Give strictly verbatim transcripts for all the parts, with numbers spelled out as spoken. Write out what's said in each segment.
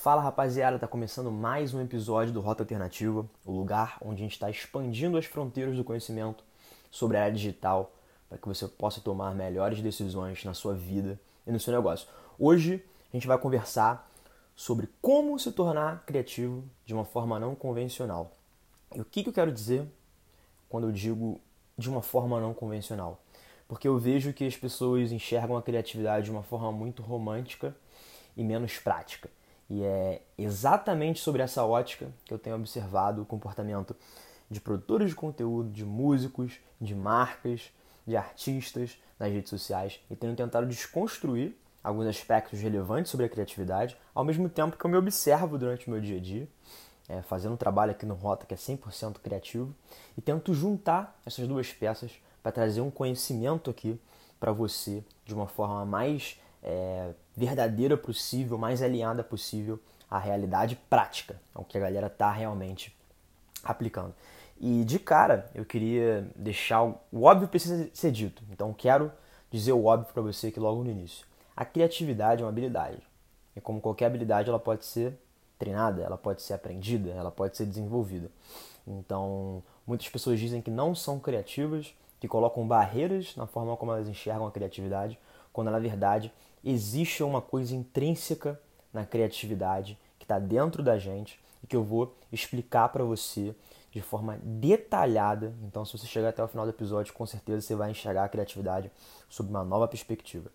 Fala rapaziada, tá começando mais um episódio do Rota Alternativa, o lugar onde a gente está expandindo as fronteiras do conhecimento sobre a área digital para que você possa tomar melhores decisões na sua vida e no seu negócio. Hoje a gente vai conversar sobre como se tornar criativo de uma forma não convencional. E o que, que eu quero dizer quando eu digo de uma forma não convencional? Porque eu vejo que as pessoas enxergam a criatividade de uma forma muito romântica e menos prática. E é exatamente sobre essa ótica que eu tenho observado o comportamento de produtores de conteúdo, de músicos, de marcas, de artistas nas redes sociais e tenho tentado desconstruir alguns aspectos relevantes sobre a criatividade, ao mesmo tempo que eu me observo durante o meu dia a dia, é, fazendo um trabalho aqui no Rota que é cem por cento criativo e tento juntar essas duas peças para trazer um conhecimento aqui para você de uma forma mais é, verdadeira possível, mais alinhada possível à realidade prática, ao que a galera está realmente aplicando. E de cara, eu queria deixar o, o óbvio precisa ser dito, então quero dizer o óbvio para você aqui logo no início. A criatividade é uma habilidade, e como qualquer habilidade, ela pode ser treinada, ela pode ser aprendida, ela pode ser desenvolvida. Então, muitas pessoas dizem que não são criativas, que colocam barreiras na forma como elas enxergam a criatividade, quando na verdade existe uma coisa intrínseca na criatividade que está dentro da gente e que eu vou explicar para você de forma detalhada. Então, se você chegar até o final do episódio, com certeza você vai enxergar a criatividade sob uma nova perspectiva.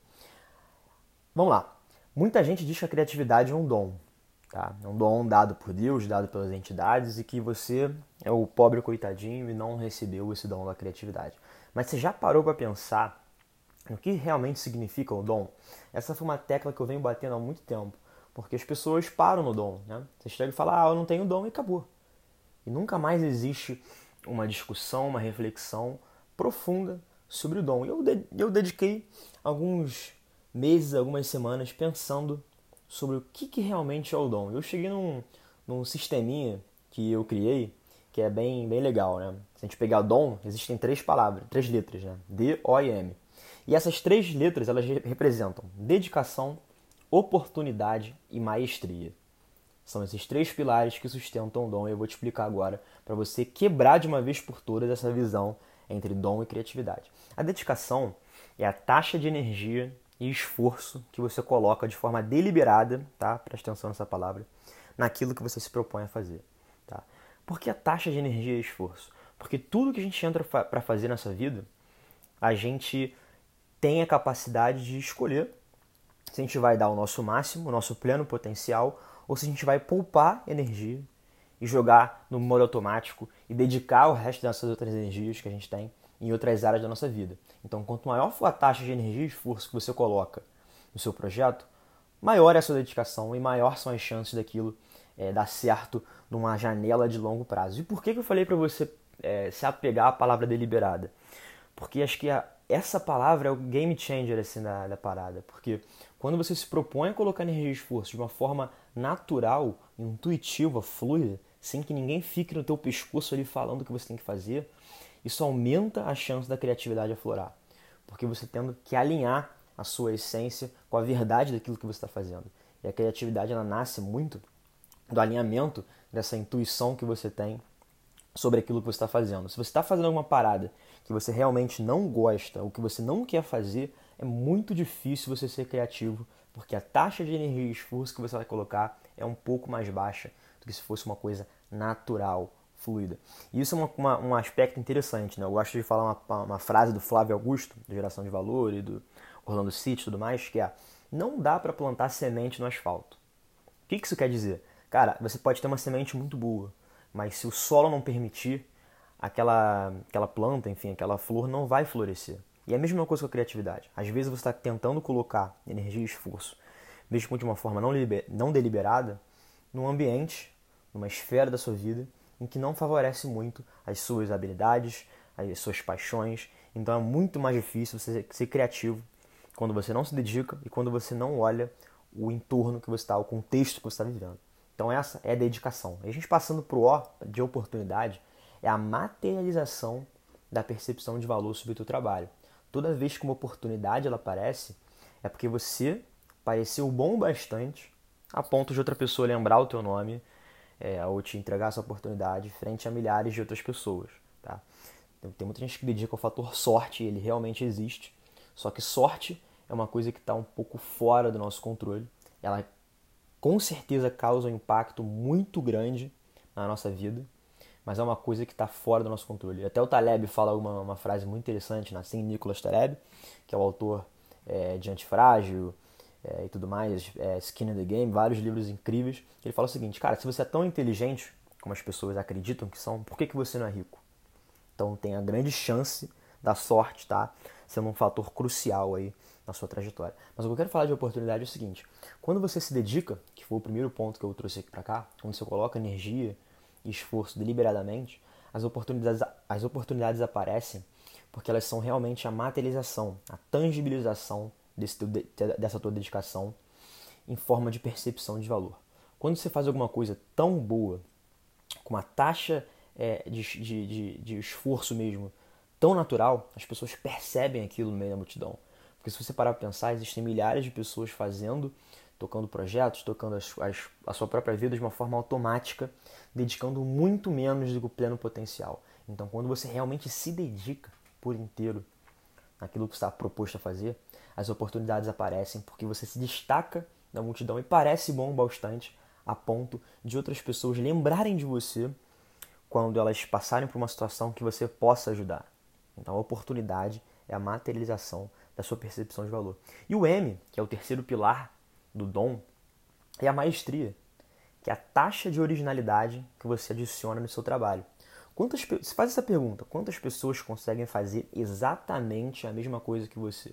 Vamos lá. Muita gente diz que a criatividade é um dom. Tá? É um dom dado por Deus, dado pelas entidades e que você é o pobre coitadinho e não recebeu esse dom da criatividade. Mas você já parou para pensar no que realmente significa o dom? Essa foi uma tecla que eu venho batendo há muito tempo, porque as pessoas param no dom. Né? Você chega e fala, ah, eu não tenho dom e acabou. E nunca mais existe uma discussão, uma reflexão profunda sobre o dom. E eu, de- eu dediquei alguns meses, algumas semanas pensando sobre o que, que realmente é o dom. Eu cheguei num, num sisteminha que eu criei, que é bem, bem legal, né? Se a gente pegar dom, existem três palavras, três letras, né? D, O e M. E essas três letras, elas representam dedicação, oportunidade e maestria. São esses três pilares que sustentam o dom e eu vou te explicar agora para você quebrar de uma vez por todas essa visão entre dom e criatividade. A dedicação é a taxa de energia e esforço que você coloca de forma deliberada, tá? Presta atenção nessa palavra, naquilo que você se propõe a fazer, tá? Por que a taxa de energia e esforço? Porque tudo que a gente entra para fazer nessa vida, a gente tem a capacidade de escolher se a gente vai dar o nosso máximo, o nosso pleno potencial, ou se a gente vai poupar energia e jogar no modo automático e dedicar o resto dessas outras energias que a gente tem em outras áreas da nossa vida. Então, quanto maior for a taxa de energia e esforço que você coloca no seu projeto, maior é a sua dedicação e maior são as chances daquilo é, dar certo numa janela de longo prazo. E por que, que eu falei para você é, se apegar à palavra deliberada? Porque acho que a, essa palavra é o game changer assim, da, da parada. Porque quando você se propõe a colocar energia e esforço de uma forma natural, intuitiva, fluida, sem que ninguém fique no teu pescoço ali falando o que você tem que fazer, isso aumenta a chance da criatividade aflorar. Porque você tendo que alinhar a sua essência com a verdade daquilo que você está fazendo. E a criatividade ela nasce muito do alinhamento dessa intuição que você tem sobre aquilo que você está fazendo. Se você está fazendo alguma parada que você realmente não gosta ou que você não quer fazer, é muito difícil você ser criativo, porque a taxa de energia e esforço que você vai colocar é um pouco mais baixa do que se fosse uma coisa natural, fluida. E isso é uma, uma, um aspecto interessante, né? Eu gosto de falar uma, uma frase do Flávio Augusto, de Geração de Valor e do Orlando City e tudo mais, que é: não dá para plantar semente no asfalto. O que isso quer dizer? Cara, você pode ter uma semente muito boa, mas se o solo não permitir, aquela, aquela planta, enfim, aquela flor não vai florescer. E é a mesma coisa com a criatividade. Às vezes você está tentando colocar energia e esforço, mesmo de uma forma não, liber, não deliberada, num ambiente, numa esfera da sua vida, em que não favorece muito as suas habilidades, as suas paixões. Então é muito mais difícil você ser criativo quando você não se dedica e quando você não olha o entorno que você está, o contexto que você está vivendo. Então essa é a dedicação. E a gente passando para o O de oportunidade, é a materialização da percepção de valor sobre o teu trabalho. Toda vez que uma oportunidade ela aparece, é porque você pareceu bom o bastante, a ponto de outra pessoa lembrar o teu nome é, ou te entregar essa oportunidade frente a milhares de outras pessoas, tá? Tem muita gente que dedica ao fator sorte, ele realmente existe, só que sorte é uma coisa que está um pouco fora do nosso controle. Ela com certeza causa um impacto muito grande na nossa vida, mas é uma coisa que está fora do nosso controle. Até o Taleb fala uma, uma frase muito interessante, Nassim Nicholas Taleb, que é o autor é, de Antifrágil é, e tudo mais, é, Skin in the Game, vários livros incríveis. Ele fala o seguinte: cara, se você é tão inteligente como as pessoas acreditam que são, por que, que você não é rico? Então tem a grande chance da sorte, tá? Sendo um fator crucial aí na sua trajetória. Mas o que eu quero falar de oportunidade é o seguinte: quando você se dedica, que foi o primeiro ponto que eu trouxe aqui pra cá, quando você coloca energia e esforço deliberadamente, as oportunidades, as oportunidades aparecem porque elas são realmente a materialização, a tangibilização desse teu, dessa tua dedicação em forma de percepção de valor. Quando você faz alguma coisa tão boa, com uma taxa é, de, de, de, de esforço mesmo tão natural, as pessoas percebem aquilo no meio da multidão. Porque se você parar para pensar, existem milhares de pessoas fazendo, tocando projetos, tocando as, as, a sua própria vida de uma forma automática, dedicando muito menos do que o pleno potencial. Então, quando você realmente se dedica por inteiro naquilo que está proposto a fazer, as oportunidades aparecem porque você se destaca da multidão e parece bom bastante a ponto de outras pessoas lembrarem de você quando elas passarem por uma situação que você possa ajudar. Então, a oportunidade é a materialização da sua percepção de valor. E o M, que é o terceiro pilar do dom, é a maestria, que é a taxa de originalidade que você adiciona no seu trabalho. Quantas, se faz essa pergunta: quantas pessoas conseguem fazer exatamente a mesma coisa que você?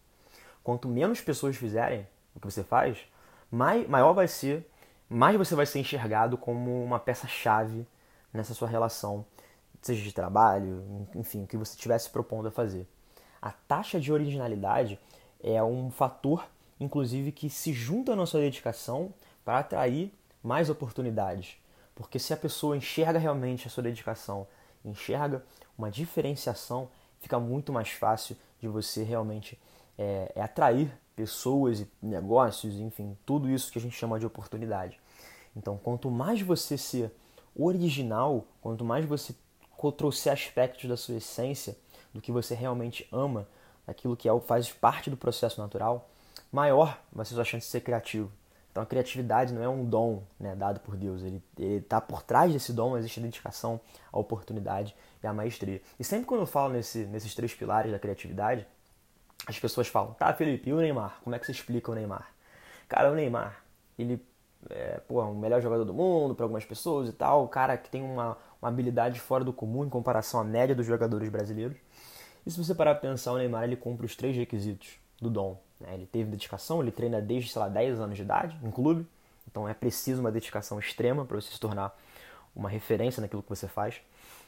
Quanto menos pessoas fizerem o que você faz, mai, maior vai ser, mais você vai ser enxergado como uma peça-chave nessa sua relação, seja de trabalho, enfim, o que você estivesse propondo a fazer. A taxa de originalidade é um fator, inclusive, que se junta na sua dedicação para atrair mais oportunidades. Porque se a pessoa enxerga realmente a sua dedicação, enxerga uma diferenciação, fica muito mais fácil de você realmente é, é atrair pessoas e negócios, enfim, tudo isso que a gente chama de oportunidade. Então, quanto mais você ser original, quanto mais você trouxer aspectos da sua essência, do que você realmente ama, daquilo que é, faz parte do processo natural, maior vai ser a sua chance de ser criativo. Então a criatividade não é um dom, né, dado por Deus, ele está por trás desse dom, existe a dedicação, a oportunidade e a maestria. E sempre quando eu falo nesse, nesses três pilares da criatividade, as pessoas falam: tá, Felipe, e o Neymar? Como é que você explica o Neymar? Cara, o Neymar, ele é pô, o melhor jogador do mundo para algumas pessoas e tal, o cara que tem uma, uma habilidade fora do comum em comparação à média dos jogadores brasileiros. E se você parar para pensar, o Neymar ele cumpre os três requisitos do dom. Né? Ele teve dedicação, ele treina desde, sei lá, dez anos de idade em clube, então é preciso uma dedicação extrema para você se tornar uma referência naquilo que você faz.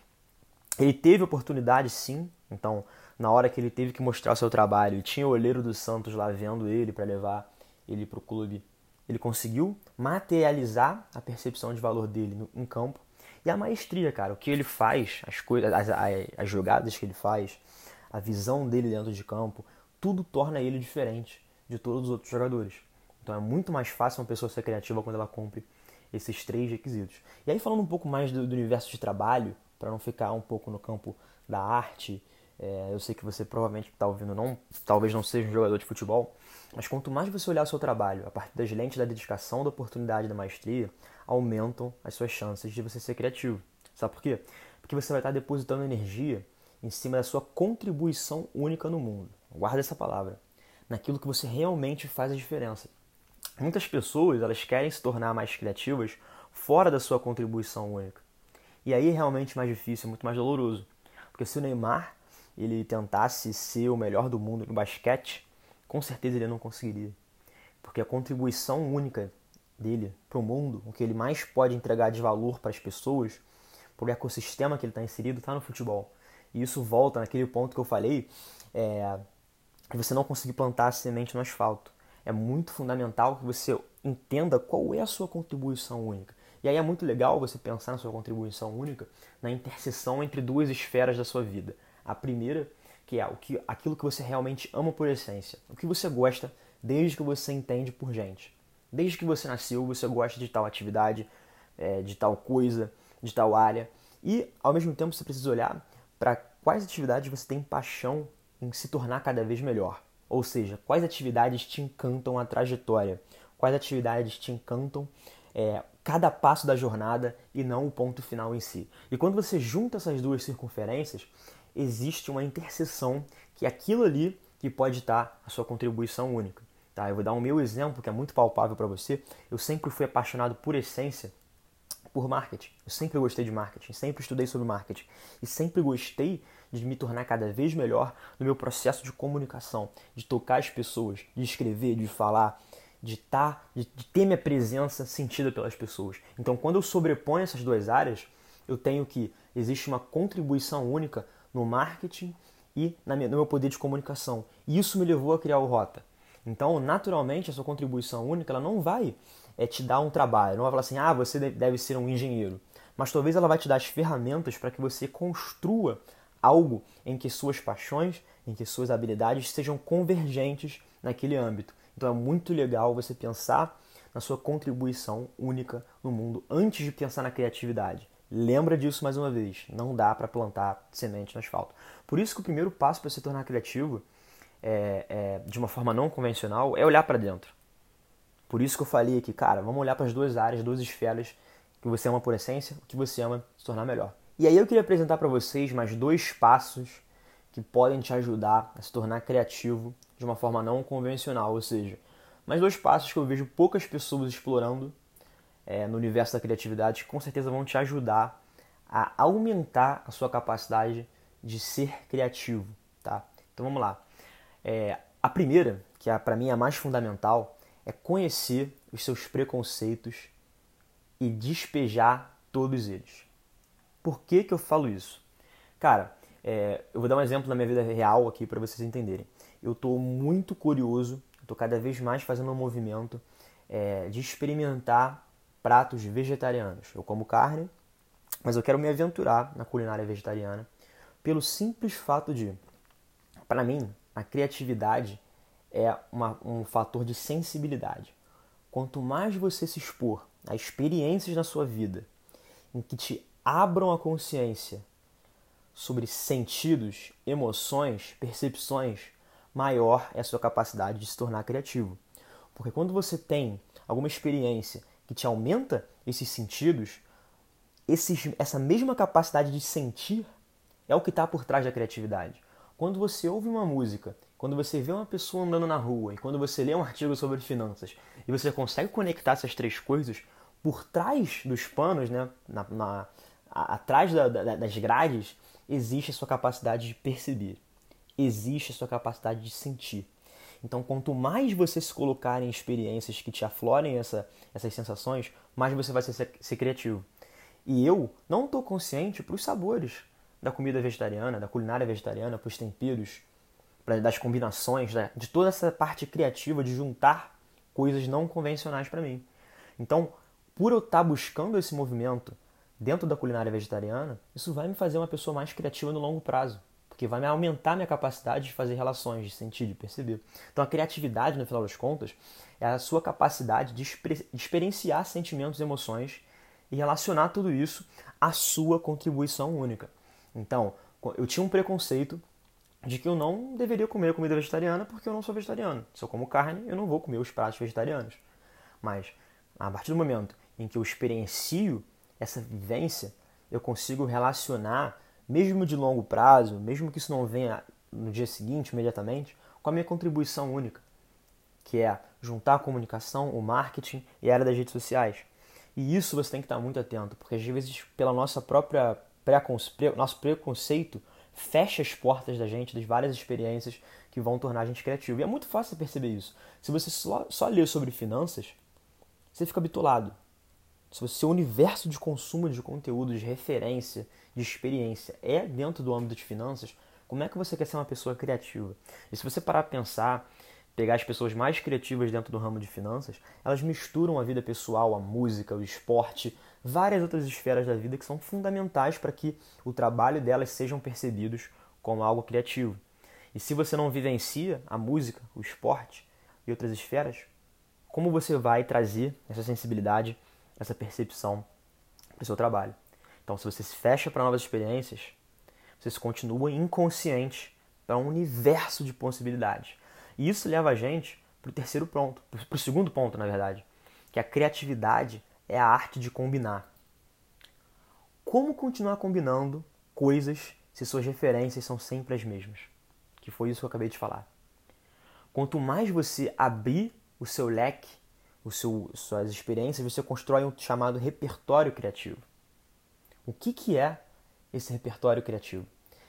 Ele teve oportunidade, sim, então na hora que ele teve que mostrar o seu trabalho e tinha o olheiro do Santos lá vendo ele para levar ele para o clube, ele conseguiu materializar a percepção de valor dele no, em campo. E a maestria, cara, o que ele faz, as, coisas, as, as, as jogadas que ele faz, a visão dele dentro de campo, tudo torna ele diferente de todos os outros jogadores. Então é muito mais fácil uma pessoa ser criativa quando ela cumpre esses três requisitos. E aí, falando um pouco mais do, do universo de trabalho, para não ficar um pouco no campo da arte, é, eu sei que você provavelmente está ouvindo, não, talvez não seja um jogador de futebol, mas quanto mais você olhar o seu trabalho a partir das lentes da dedicação, da oportunidade, da maestria, aumentam as suas chances de você ser criativo. Sabe por quê? Porque você vai estar depositando energia em cima da sua contribuição única no mundo. Guarda essa palavra. Naquilo que você realmente faz a diferença. Muitas pessoas, elas querem se tornar mais criativas fora da sua contribuição única. E aí é realmente mais difícil, é muito mais doloroso. Porque se o Neymar ele tentasse ser o melhor do mundo no basquete, com certeza ele não conseguiria. Porque a contribuição única dele para o mundo, o que ele mais pode entregar de valor para as pessoas, para o ecossistema que ele está inserido, está no futebol. E isso volta naquele ponto que eu falei, é, que você não conseguir plantar a semente no asfalto. É muito fundamental que você entenda qual é a sua contribuição única. E aí é muito legal você pensar na sua contribuição única na interseção entre duas esferas da sua vida. A primeira, que é o que, aquilo que você realmente ama por essência, o que você gosta desde que você entende por gente. Desde que você nasceu, você gosta de tal atividade, é, de tal coisa, de tal área. E, ao mesmo tempo, você precisa olhar para quais atividades você tem paixão em se tornar cada vez melhor. Ou seja, quais atividades te encantam a trajetória, quais atividades te encantam é, cada passo da jornada e não o ponto final em si. E quando você junta essas duas circunferências, existe uma interseção que é aquilo ali que pode estar a sua contribuição única. Tá? Eu vou dar um meu exemplo que é muito palpável para você. Eu sempre fui apaixonado por essência por marketing. Eu sempre gostei de marketing, sempre estudei sobre marketing e sempre gostei de me tornar cada vez melhor no meu processo de comunicação, de tocar as pessoas, de escrever, de falar, de, tá, de, de ter minha presença sentida pelas pessoas. Então, quando eu sobreponho essas duas áreas, eu tenho que existe uma contribuição única no marketing e no meu poder de comunicação. E isso me levou a criar o Rota. Então, naturalmente, a sua contribuição única ela não vai é, te dar um trabalho. Não vai falar assim, ah, você deve ser um engenheiro. Mas talvez ela vai te dar as ferramentas para que você construa algo em que suas paixões, em que suas habilidades sejam convergentes naquele âmbito. Então, é muito legal você pensar na sua contribuição única no mundo antes de pensar na criatividade. Lembra disso mais uma vez. Não dá para plantar semente no asfalto. Por isso que o primeiro passo para se tornar criativo É, é, de uma forma não convencional, é olhar para dentro. Por isso que eu falei aqui, cara, vamos olhar para as duas áreas, duas esferas que você ama por essência, que você ama se tornar melhor. E aí eu queria apresentar para vocês mais dois passos que podem te ajudar a se tornar criativo de uma forma não convencional, ou seja, mais dois passos que eu vejo poucas pessoas explorando é, no universo da criatividade que com certeza vão te ajudar a aumentar a sua capacidade de ser criativo, tá? Então vamos lá. É, a primeira, que é, para mim é a mais fundamental, é conhecer os seus preconceitos e despejar todos eles. Por que que eu falo isso? Cara, é, eu vou dar um exemplo da minha vida real aqui para vocês entenderem. Eu estou muito curioso, estou cada vez mais fazendo um movimento é, de experimentar pratos vegetarianos. Eu como carne, mas eu quero me aventurar na culinária vegetariana pelo simples fato de, para mim, a criatividade é uma, um fator de sensibilidade. Quanto mais você se expor a experiências na sua vida em que te abram a consciência sobre sentidos, emoções, percepções, maior é a sua capacidade de se tornar criativo. Porque quando você tem alguma experiência que te aumenta esses sentidos, esses, essa mesma capacidade de sentir é o que está por trás da criatividade. Quando você ouve uma música, quando você vê uma pessoa andando na rua e quando você lê um artigo sobre finanças e você consegue conectar essas três coisas, por trás dos panos, né, na, na, a, atrás da, da, das grades, existe a sua capacidade de perceber, existe a sua capacidade de sentir. Então, quanto mais você se colocar em experiências que te aflorem essa, essas sensações, mais você vai ser, ser criativo. E eu não estou consciente para os sabores da comida vegetariana, da culinária vegetariana, para os temperos, das combinações, de toda essa parte criativa de juntar coisas não convencionais para mim. Então, por eu estar buscando esse movimento dentro da culinária vegetariana, isso vai me fazer uma pessoa mais criativa no longo prazo, porque vai me aumentar minha capacidade de fazer relações, de sentir, de perceber. Então, a criatividade, no final das contas, é a sua capacidade de experienciar sentimentos e emoções e relacionar tudo isso à sua contribuição única. Então, eu tinha um preconceito de que eu não deveria comer comida vegetariana porque eu não sou vegetariano. Se eu como carne, eu não vou comer os pratos vegetarianos. Mas, a partir do momento em que eu experiencio essa vivência, eu consigo relacionar, mesmo de longo prazo, mesmo que isso não venha no dia seguinte, imediatamente, com a minha contribuição única, que é juntar a comunicação, o marketing e a área das redes sociais. E isso você tem que estar muito atento, porque às vezes, pela nossa própria preconce... nosso preconceito, fecha as portas da gente, das várias experiências que vão tornar a gente criativo. E é muito fácil perceber isso. Se você só, só ler sobre finanças, você fica bitolado. Se o seu universo de consumo de conteúdo, de referência, de experiência é dentro do âmbito de finanças, como é que você quer ser uma pessoa criativa? E se você parar para pensar, pegar as pessoas mais criativas dentro do ramo de finanças, elas misturam a vida pessoal, a música, o esporte, várias outras esferas da vida que são fundamentais para que o trabalho delas sejam percebidos como algo criativo. E se você não vivencia a música, o esporte e outras esferas, como você vai trazer essa sensibilidade, essa percepção para o seu trabalho. Então, se você se fecha para novas experiências, você se continua inconsciente para um universo de possibilidades. E isso leva a gente para o terceiro ponto, para o segundo ponto, na verdade, que a criatividade é a arte de combinar. Como continuar combinando coisas se suas referências são sempre as mesmas? Que foi isso que eu acabei de falar. Quanto mais você abrir o seu leque, o seu, suas experiências, você constrói um chamado repertório criativo. O que, que é esse repertório criativo?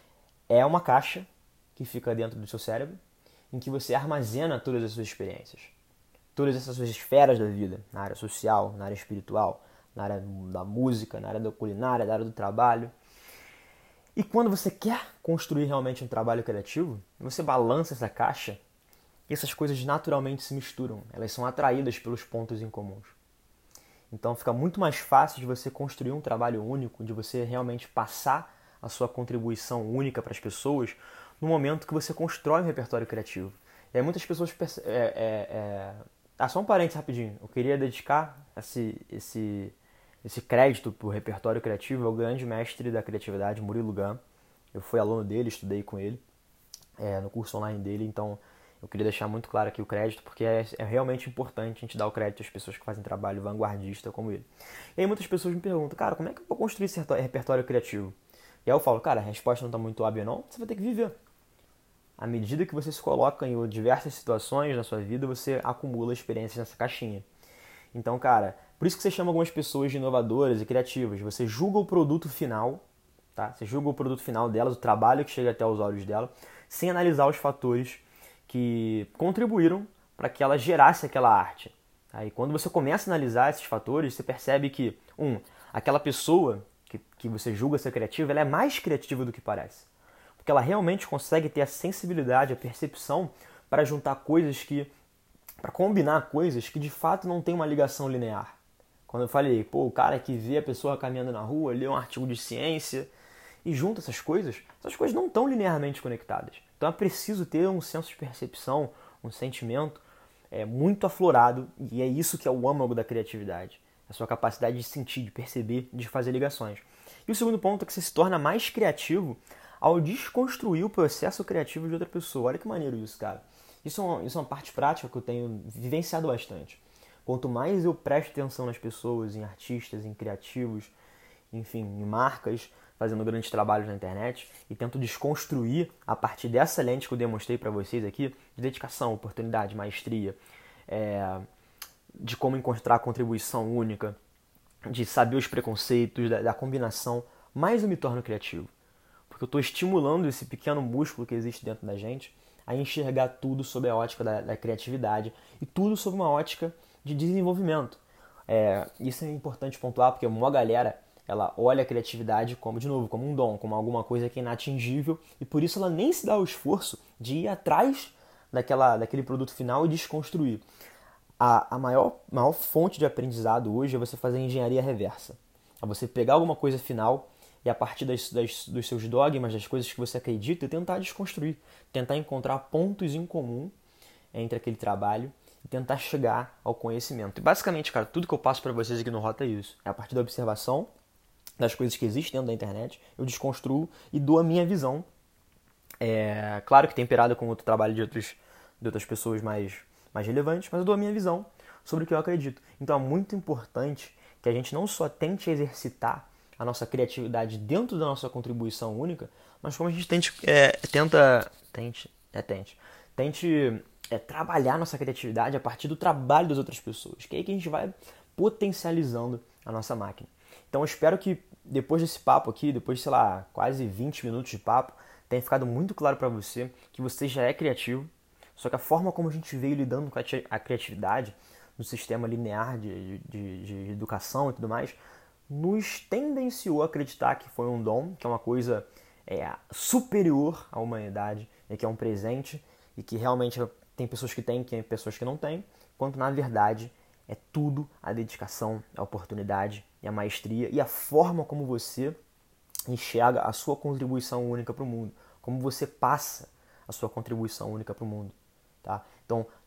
É uma caixa que fica dentro do seu cérebro, em que você armazena todas as suas experiências. Todas essas suas esferas da vida, na área social, na área espiritual, na área da música, na área da culinária, na área do trabalho. E quando você quer construir realmente um trabalho criativo, você balança essa caixa e essas coisas naturalmente se misturam. Elas são atraídas pelos pontos em comuns. Então fica muito mais fácil de você construir um trabalho único, de você realmente passar a sua contribuição única para as pessoas no momento que você constrói um repertório criativo. E aí muitas pessoas... Perce- é, é, é... Ah, só um parênteses rapidinho. Eu queria dedicar esse, esse, esse crédito para o repertório criativo ao grande mestre da criatividade, Murilo Gun. Eu fui aluno dele, estudei com ele é, no curso online dele, então eu queria deixar muito claro aqui o crédito, porque é, é realmente importante a gente dar o crédito às pessoas que fazem trabalho vanguardista como ele. E aí muitas pessoas me perguntam, cara, como é que eu vou construir esse repertório criativo? E aí eu falo, cara, a resposta não está muito óbvia não, você vai ter que viver. À medida que você se coloca em diversas situações na sua vida, você acumula experiências nessa caixinha. Então, cara, por isso que você chama algumas pessoas de inovadoras e criativas. Você julga o produto final, tá? Você julga o produto final delas, o trabalho que chega até os olhos dela, sem analisar os fatores que contribuíram para que ela gerasse aquela arte. Aí, quando você começa a analisar esses fatores, você percebe que, um, aquela pessoa que, que você julga ser criativa, ela é mais criativa do que parece. Porque ela realmente consegue ter a sensibilidade, a percepção para juntar coisas que... para combinar coisas que de fato não tem uma ligação linear. Quando eu falei, pô, o cara que vê a pessoa caminhando na rua, lê um artigo de ciência e junta essas coisas, essas coisas não estão linearmente conectadas. Então é preciso ter um senso de percepção, um sentimento é, muito aflorado, e é isso que é o âmago da criatividade. A sua capacidade de sentir, de perceber, de fazer ligações. E o segundo ponto é que você se torna mais criativo ao desconstruir o processo criativo de outra pessoa. Olha que maneiro isso, cara. Isso é, uma, isso é uma parte prática que eu tenho vivenciado bastante. Quanto mais eu presto atenção nas pessoas, em artistas, em criativos, enfim, em marcas, fazendo grandes trabalhos na internet, e tento desconstruir a partir dessa lente que eu demonstrei para vocês aqui, de dedicação, oportunidade, maestria, é, de como encontrar a contribuição única, de saber os preconceitos, da, da combinação, mais eu me torno criativo. Porque eu estou estimulando esse pequeno músculo que existe dentro da gente a enxergar tudo sob a ótica da, da criatividade e tudo sob uma ótica de desenvolvimento. É, isso é importante pontuar, porque uma galera ela olha a criatividade como, de novo, como um dom, como alguma coisa que é inatingível, e por isso ela nem se dá o esforço de ir atrás daquela, daquele produto final e desconstruir. A, a maior, maior fonte de aprendizado hoje é você fazer engenharia reversa. É você pegar alguma coisa final e a partir das, das, dos seus dogmas, das coisas que você acredita, tentar desconstruir, tentar encontrar pontos em comum entre aquele trabalho e tentar chegar ao conhecimento. E basicamente, cara, tudo que eu passo para vocês aqui no Rota é isso. É a partir da observação das coisas que existem dentro da internet, eu desconstruo e dou a minha visão. É, claro que temperada com outro trabalho de, outros, de outras pessoas mais, mais relevantes, mas eu dou a minha visão sobre o que eu acredito. Então é muito importante que a gente não só tente exercitar a nossa criatividade dentro da nossa contribuição única, mas como a gente tente, é, tenta, tente, é, tente, tente é, trabalhar nossa criatividade a partir do trabalho das outras pessoas, que é aí que a gente vai potencializando a nossa máquina. Então eu espero que depois desse papo aqui, depois de, sei lá, quase vinte minutos de papo, tenha ficado muito claro para você que você já é criativo, só que a forma como a gente veio lidando com a criatividade no sistema linear de, de, de educação e tudo mais, nos tendenciou a acreditar que foi um dom, que é uma coisa é, superior à humanidade, e que é um presente, e que realmente tem pessoas que têm, tem pessoas que não têm, quanto na verdade é tudo a dedicação, a oportunidade e a maestria e a forma como você enxerga a sua contribuição única para o mundo, como você passa a sua contribuição única para o mundo. Tá? Então,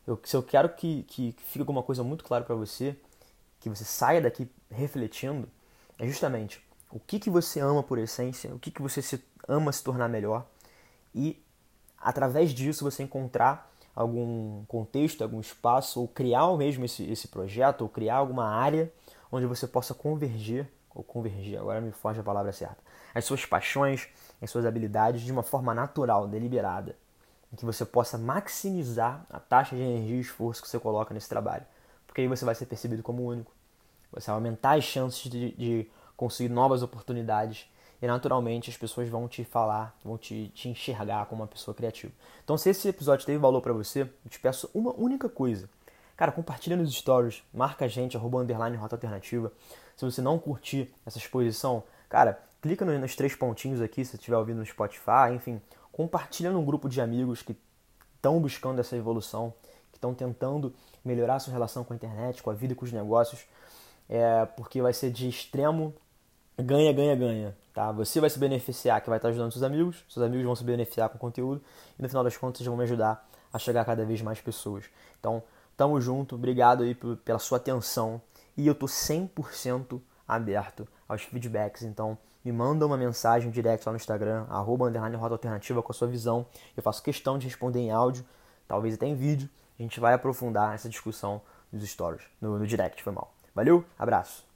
Eu, se eu quero que, que, que fique alguma coisa muito clara para você, que você saia daqui refletindo, é justamente o que, que você ama por essência, o que, que você se, ama se tornar melhor e, através disso, você encontrar algum contexto, algum espaço, ou criar mesmo esse, esse projeto, ou criar alguma área onde você possa convergir, ou convergir, agora me foge a palavra certa, as suas paixões, as suas habilidades de uma forma natural, deliberada, em que você possa maximizar a taxa de energia e esforço que você coloca nesse trabalho, porque aí você vai ser percebido como único, você vai aumentar as chances de, de conseguir novas oportunidades e naturalmente as pessoas vão te falar, vão te, te enxergar como uma pessoa criativa. Então, se esse episódio teve valor pra você, eu te peço uma única coisa. Cara, compartilha nos stories, marca a gente, arroba underline rota alternativa. Se você não curtir essa exposição, cara, clica nos três pontinhos aqui, se você estiver ouvindo no Spotify, enfim, compartilha num grupo de amigos que estão buscando essa evolução, que estão tentando melhorar a sua relação com a internet, com a vida e com os negócios, é, porque vai ser de extremo ganha, ganha, ganha, tá? Você vai se beneficiar, que vai estar ajudando seus amigos, seus amigos vão se beneficiar com o conteúdo e no final das contas vocês vão me ajudar a chegar a cada vez mais pessoas. Então, tamo junto, obrigado aí pela sua atenção e eu tô cem por cento aberto aos feedbacks, então me manda uma mensagem direct lá no Instagram, arroba underline rota alternativa com a sua visão, eu faço questão de responder em áudio, talvez até em vídeo, a gente vai aprofundar essa discussão nos stories, no, no direct, foi mal. Valeu, abraço!